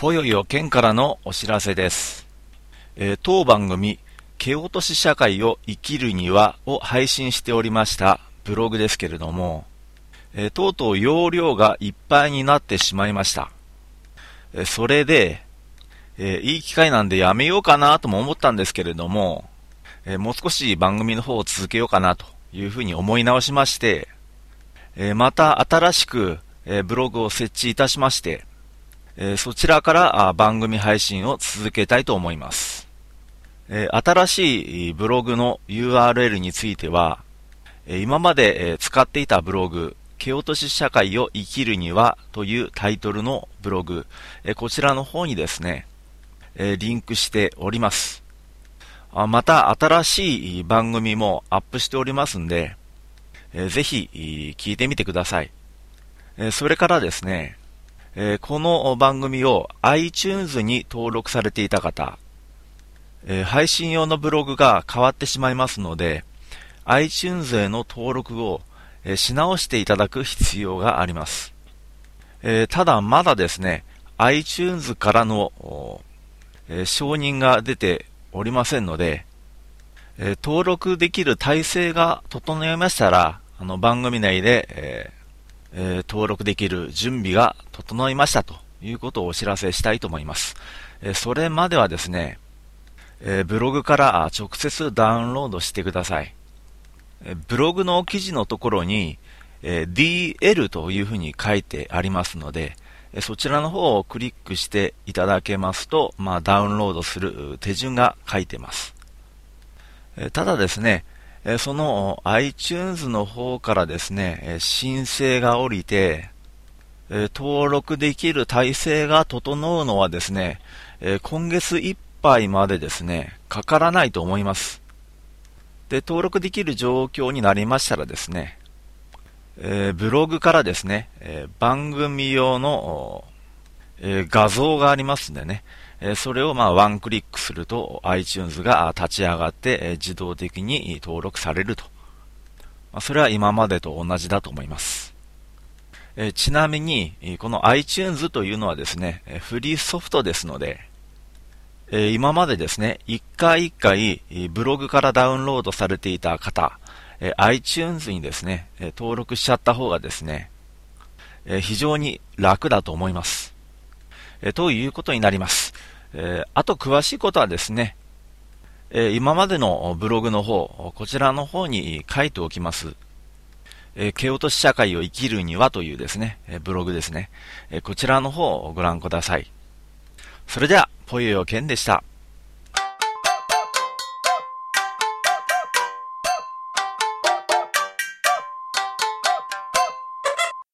ぽよよ県からのお知らせです。当番組、蹴落とし社会を生きるにはを配信しておりましたブログですけれども、とうとう容量がいっぱいになってしまいました。それで、いい機会なんでやめようかなとも思ったんですけれども、もう少し番組の方を続けようかなというふうに思い直しまして、また新しく、ブログを設置いたしまして、そちらから番組配信を続けたいと思います。新しいブログの URL については、今まで使っていたブログ、蹴落とし社会を生きるにはというタイトルのブログ、こちらの方にですね、リンクしております。また新しい番組もアップしておりますんで、ぜひ聞いてみてください。それからですね、この番組を iTunes に登録されていた方、配信用のブログが変わってしまいますので、iTunes への登録をし直していただく必要があります。ただまだですね、iTunes からの承認が出ておりませんので、登録できる体制が整いましたら、番組内で、登録できる準備が整いましたということをお知らせしたいと思います。それまではですね、ブログから直接ダウンロードしてください。ブログの記事のところに、DL というふうに書いてありますので、そちらの方をクリックしていただけますと、ダウンロードする手順が書いてます。ただですね、その iTunes の方からですね、申請が降りて、登録できる体制が整うのはですね、今月いっぱいまでですね、かからないと思います。で、登録できる状況になりましたらですね、ブログからですね、番組用の、画像がありますんでね、それをワンクリックすると iTunes が立ち上がって、自動的に登録されると。それは今までと同じだと思います。ちなみに、この iTunes というのはですね、フリーソフトですので、今までですね、一回一回ブログからダウンロードされていた方、iTunes にですね、登録しちゃった方がですね、非常に楽だと思います。ということになります。あと詳しいことはですね、今までのブログの方、こちらの方に書いておきます。蹴落とし社会を生きるにはというですね、ブログですね。こちらの方をご覧ください。それでは、ぽよよけんでした。